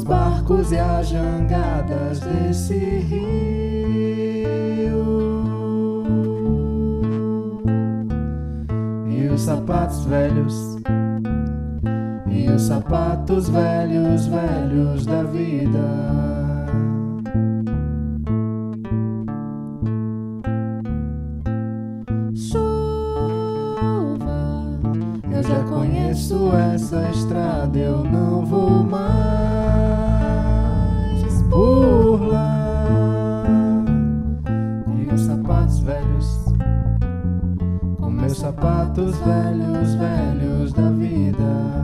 barcos e as jangadas desse rio, e os sapatos velhos, e os sapatos velhos, velhos da vida. Eu já conheço essa estrada, eu não vou mais por lá. E os sapatos velhos, com meus sapatos velhos, velhos da vida.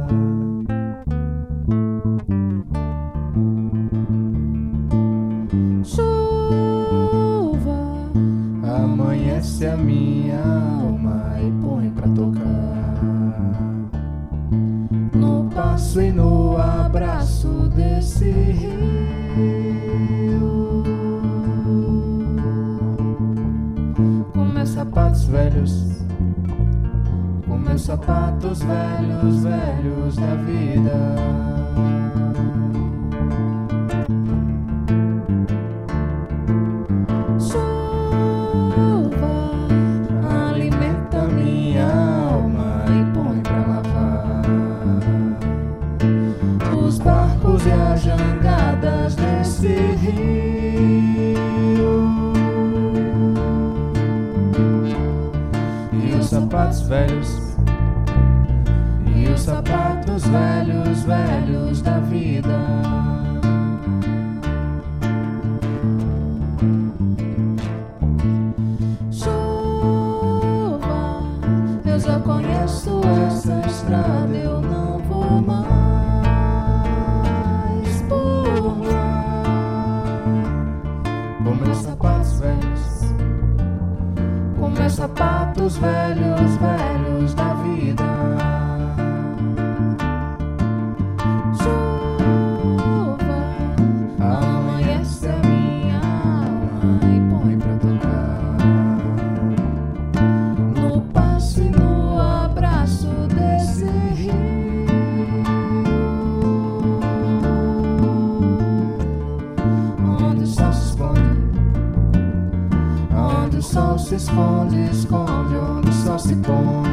Chuva, amanhece a minha alma e põe pra tocar. No passo e no abraço desse rio, com meus sapatos velhos, com meus sapatos velhos, velhos da vida. Os barcos e as jangadas desse rio, e os sapatos velhos, e os sapatos velhos, velhos da vida. Chuva, eu já conheço essa estrada, eu não vou mais. Com meus sapatos velhos, com meus sapatos velhos, velhos da vida. Chuva, amanhece a minha alma e põe pra tocar. No passo e no abraço desse rio, onde o sol se esconde, onde o sol se esconde, esconde, onde o sol se põe.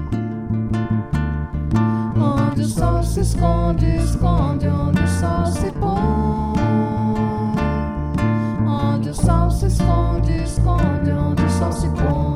Onde o sol se esconde, esconde, onde o sol se põe. Onde o sol se esconde, esconde, onde o sol se põe.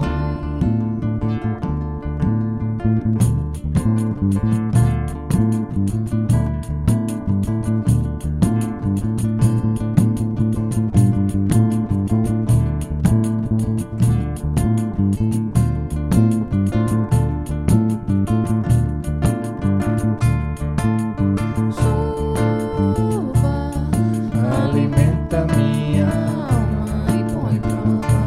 Alimenta minha alma e põe pra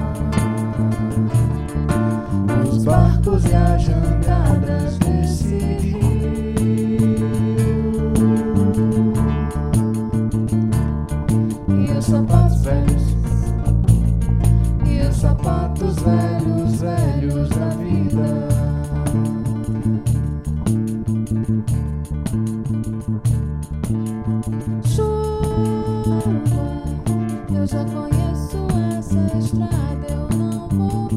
lá. Os barcos e as jangadas desse rio, e os sapatos velhos, e os sapatos velhos, velhos da vida. Eu já conheço essa estrada, eu não vou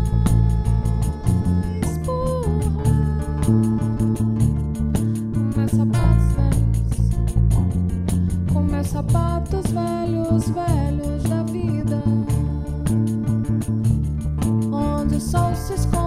mais por lá. Com meus sapatos velhos, com meus sapatos velhos, velhos da vida. Onde o sol se esconde.